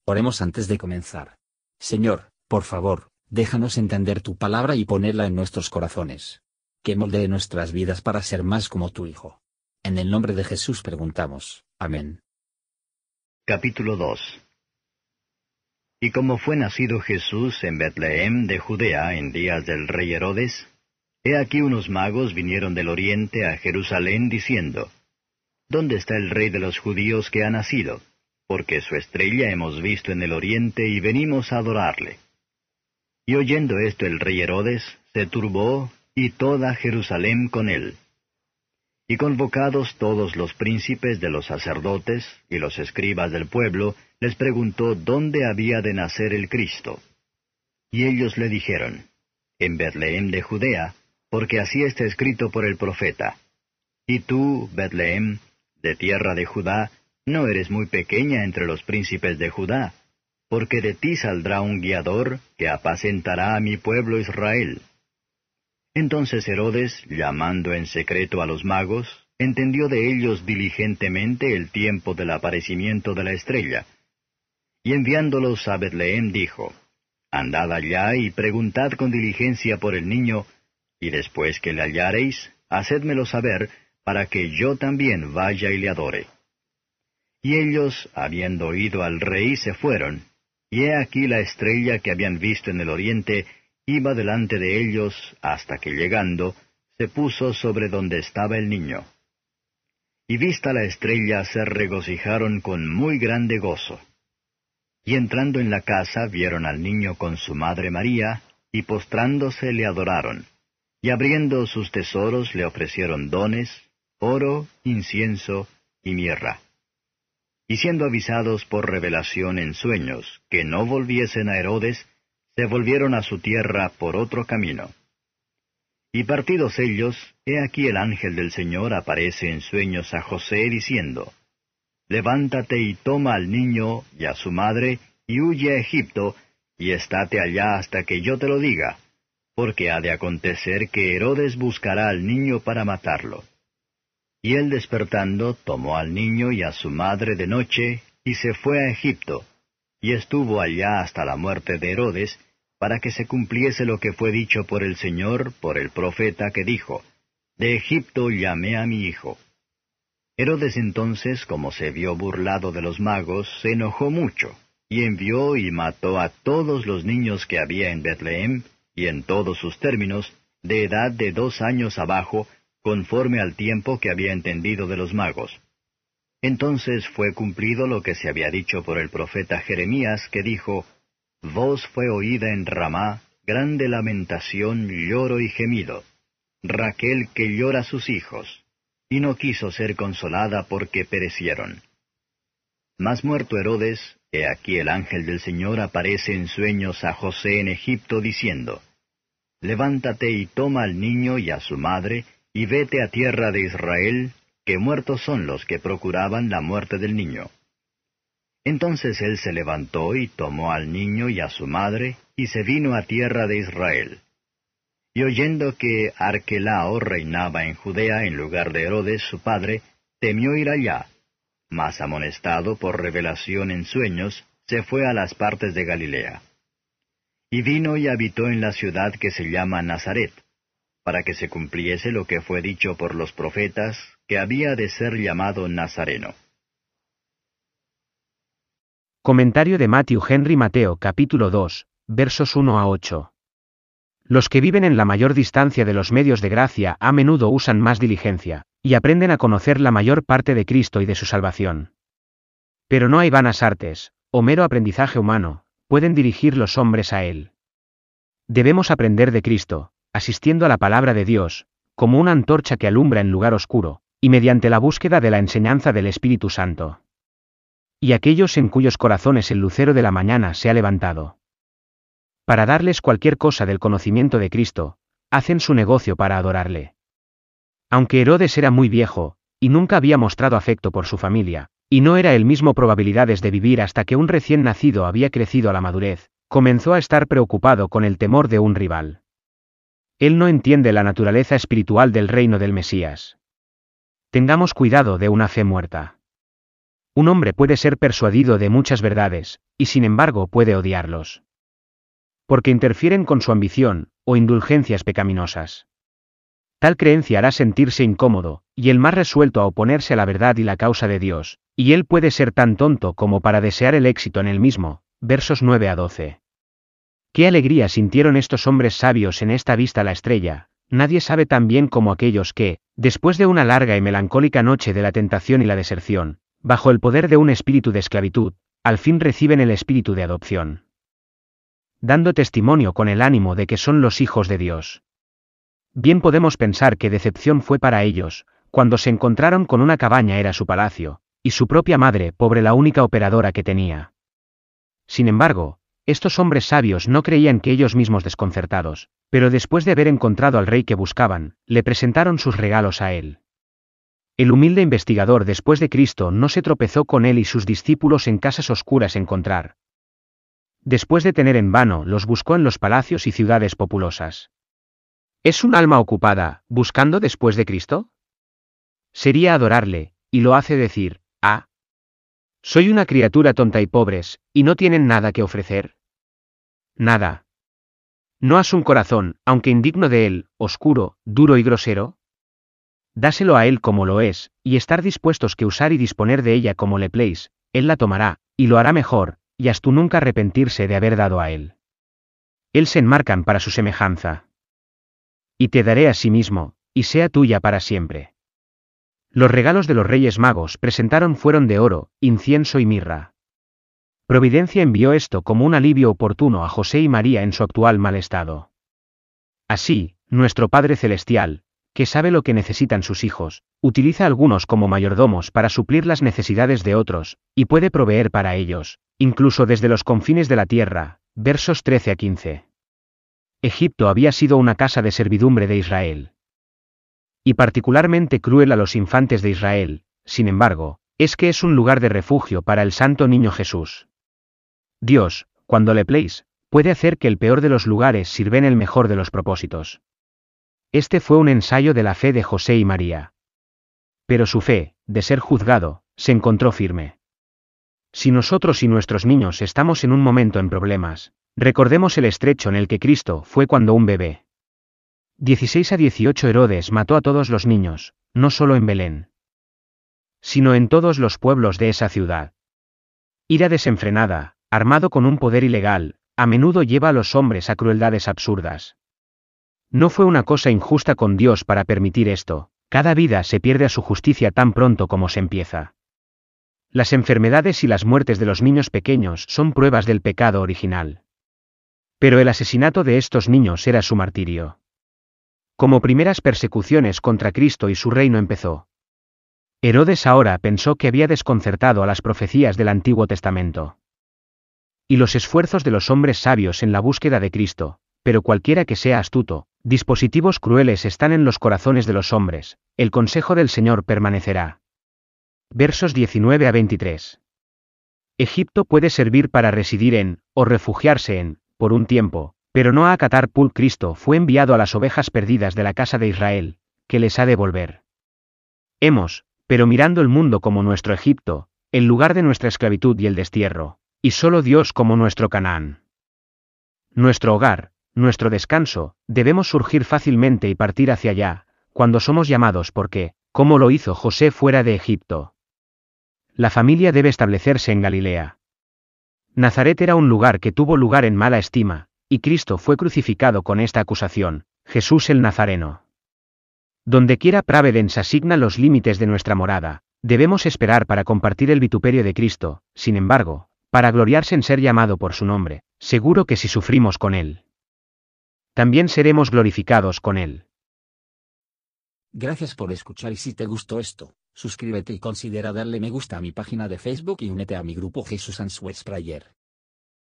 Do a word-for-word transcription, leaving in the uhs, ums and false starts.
Oremos antes de comenzar. Señor, por favor, déjanos entender tu palabra y ponerla en nuestros corazones. Que moldee nuestras vidas para ser más como tu Hijo. En el nombre de Jesús preguntamos. Amén. Capítulo dos. Y como fue nacido Jesús en Betlehem de Judea en días del rey Herodes, he aquí unos magos vinieron del oriente a Jerusalén diciendo, ¿Dónde está el rey de los judíos que ha nacido? Porque su estrella hemos visto en el oriente y venimos a adorarle. Y oyendo esto el rey Herodes se turbó, y toda Jerusalén con él. Y convocados todos los príncipes de los sacerdotes y los escribas del pueblo, les preguntó dónde había de nacer el Cristo. Y ellos le dijeron, en Betlehem de Judea, porque así está escrito por el profeta. Y tú, Betlehem, de tierra de Judá, no eres muy pequeña entre los príncipes de Judá, porque de ti saldrá un guiador que apacentará a mi pueblo Israel. Entonces Herodes, llamando en secreto a los magos, entendió de ellos diligentemente el tiempo del aparecimiento de la estrella. Y enviándolos a Betlehem dijo, Andad allá y preguntad con diligencia por el niño, y después que le hallareis, hacedmelo saber, para que yo también vaya y le adore. Y ellos, habiendo oído al rey, se fueron, y he aquí la estrella que habían visto en el oriente, iba delante de ellos, hasta que llegando, se puso sobre donde estaba el niño. Y vista la estrella se regocijaron con muy grande gozo. Y entrando en la casa vieron al niño con su madre María, y postrándose le adoraron. Y abriendo sus tesoros le ofrecieron dones, oro, incienso y mirra. Y siendo avisados por revelación en sueños que no volviesen a Herodes, se volvieron a su tierra por otro camino. Y partidos ellos, he aquí el ángel del Señor aparece en sueños a José, diciendo, Levántate y toma al niño y a su madre, y huye a Egipto, y estate allá hasta que yo te lo diga, porque ha de acontecer que Herodes buscará al niño para matarlo. Y él despertando, tomó al niño y a su madre de noche, y se fue a Egipto, y estuvo allá hasta la muerte de Herodes, para que se cumpliese lo que fue dicho por el Señor, por el profeta que dijo, De Egipto llamé a mi hijo. Herodes entonces, como se vio burlado de los magos, se enojó mucho, y envió y mató a todos los niños que había en Betlehem, y en todos sus términos, de edad de dos años abajo, conforme al tiempo que había entendido de los magos. Entonces fue cumplido lo que se había dicho por el profeta Jeremías, que dijo, Voz fue oída en Ramá, grande lamentación, lloro y gemido. Raquel que llora a sus hijos, y no quiso ser consolada porque perecieron. Mas muerto Herodes, he aquí el ángel del Señor aparece en sueños a José en Egipto, diciendo, Levántate y toma al niño y a su madre, y vete a tierra de Israel, que muertos son los que procuraban la muerte del niño. Entonces él se levantó y tomó al niño y a su madre, y se vino a tierra de Israel. Y oyendo que Arquelao reinaba en Judea en lugar de Herodes su padre, temió ir allá, mas amonestado por revelación en sueños, se fue a las partes de Galilea. Y vino y habitó en la ciudad que se llama Nazaret, para que se cumpliese lo que fue dicho por los profetas, que había de ser llamado Nazareno. Comentario de Matthew Henry Mateo capítulo dos, versos uno a ocho. Los que viven en la mayor distancia de los medios de gracia a menudo usan más diligencia, y aprenden a conocer la mayor parte de Cristo y de su salvación. Pero no hay vanas artes, o mero aprendizaje humano, pueden dirigir los hombres a Él. Debemos aprender de Cristo, asistiendo a la palabra de Dios, como una antorcha que alumbra en lugar oscuro, y mediante la búsqueda de la enseñanza del Espíritu Santo. Y aquellos en cuyos corazones el lucero de la mañana se ha levantado. Para darles cualquier cosa del conocimiento de Cristo, hacen su negocio para adorarle. Aunque Herodes era muy viejo, y nunca había mostrado afecto por su familia, y no era el mismo probabilidades de vivir hasta que un recién nacido había crecido a la madurez, comenzó a estar preocupado con el temor de un rival. Él no entiende la naturaleza espiritual del reino del Mesías. Tengamos cuidado de una fe muerta. Un hombre puede ser persuadido de muchas verdades, y sin embargo puede odiarlos. Porque interfieren con su ambición, o indulgencias pecaminosas. Tal creencia hará sentirse incómodo, y el más resuelto a oponerse a la verdad y la causa de Dios, y él puede ser tan tonto como para desear el éxito en él mismo. Versos nueve a doce. Qué alegría sintieron estos hombres sabios en esta vista a la estrella. Nadie sabe tan bien como aquellos que, después de una larga y melancólica noche de la tentación y la deserción, bajo el poder de un espíritu de esclavitud, al fin reciben el espíritu de adopción, dando testimonio con el ánimo de que son los hijos de Dios. Bien podemos pensar qué decepción fue para ellos, cuando se encontraron con una cabaña era su palacio, y su propia madre pobre la única operadora que tenía. Sin embargo, estos hombres sabios no creían que ellos mismos desconcertados, pero después de haber encontrado al rey que buscaban, le presentaron sus regalos a él. El humilde investigador después de Cristo no se tropezó con él y sus discípulos en casas oscuras encontrar. Después de tener en vano, los buscó en los palacios y ciudades populosas. ¿Es un alma ocupada, buscando después de Cristo? Sería adorarle, y lo hace decir, ah, soy una criatura tonta y pobres, y no tienen nada que ofrecer. Nada. ¿No has un corazón, aunque indigno de él, oscuro, duro y grosero? Dáselo a él como lo es, y estar dispuestos que usar y disponer de ella como le place, él la tomará, y lo hará mejor, y has tú nunca arrepentirse de haber dado a él. Él se enmarcan para su semejanza. Y te daré a sí mismo, y sea tuya para siempre. Los regalos de los Reyes Magos presentaron fueron de oro, incienso y mirra. Providencia envió esto como un alivio oportuno a José y María en su actual mal estado. Así, nuestro Padre Celestial, que sabe lo que necesitan sus hijos, utiliza a algunos como mayordomos para suplir las necesidades de otros, y puede proveer para ellos, incluso desde los confines de la tierra. Versos trece a quince. Egipto había sido una casa de servidumbre de Israel. Y particularmente cruel a los infantes de Israel, sin embargo, es que es un lugar de refugio para el santo niño Jesús. Dios, cuando le place, puede hacer que el peor de los lugares sirva en el mejor de los propósitos. Este fue un ensayo de la fe de José y María. Pero su fe, de ser juzgado, se encontró firme. Si nosotros y nuestros niños estamos en un momento en problemas, recordemos el estrecho en el que Cristo fue cuando un bebé. dieciséis a dieciocho Herodes mató a todos los niños, no solo en Belén, sino en todos los pueblos de esa ciudad. Ira desenfrenada, armado con un poder ilegal, a menudo lleva a los hombres a crueldades absurdas. No fue una cosa injusta con Dios para permitir esto, cada vida se pierde a su justicia tan pronto como se empieza. Las enfermedades y las muertes de los niños pequeños son pruebas del pecado original. Pero el asesinato de estos niños era su martirio. Como primeras persecuciones contra Cristo y su reino empezó. Herodes ahora pensó que había desconcertado a las profecías del Antiguo Testamento y los esfuerzos de los hombres sabios en la búsqueda de Cristo, pero cualquiera que sea astuto, dispositivos crueles están en los corazones de los hombres, el consejo del Señor permanecerá. Versos diecinueve a veintitrés. Egipto puede servir para residir en, o refugiarse en, por un tiempo, pero no a acatar pul Cristo fue enviado a las ovejas perdidas de la casa de Israel, que les ha de volver. Hemos, pero mirando el mundo como nuestro Egipto, el lugar de nuestra esclavitud y el destierro, y solo Dios como nuestro Canaán. Nuestro hogar, nuestro descanso, debemos surgir fácilmente y partir hacia allá, cuando somos llamados porque, como lo hizo José fuera de Egipto. La familia debe establecerse en Galilea. Nazaret era un lugar que tuvo lugar en mala estima, y Cristo fue crucificado con esta acusación, Jesús el Nazareno. Dondequiera Providence asigna los límites de nuestra morada, debemos esperar para compartir el vituperio de Cristo, sin embargo, para gloriarse en ser llamado por su nombre, seguro que si sufrimos con él, también seremos glorificados con él. Gracias por escuchar y si te gustó esto, suscríbete y considera darle me gusta a mi página de Facebook y únete a mi grupo Jesús Answers Prayer.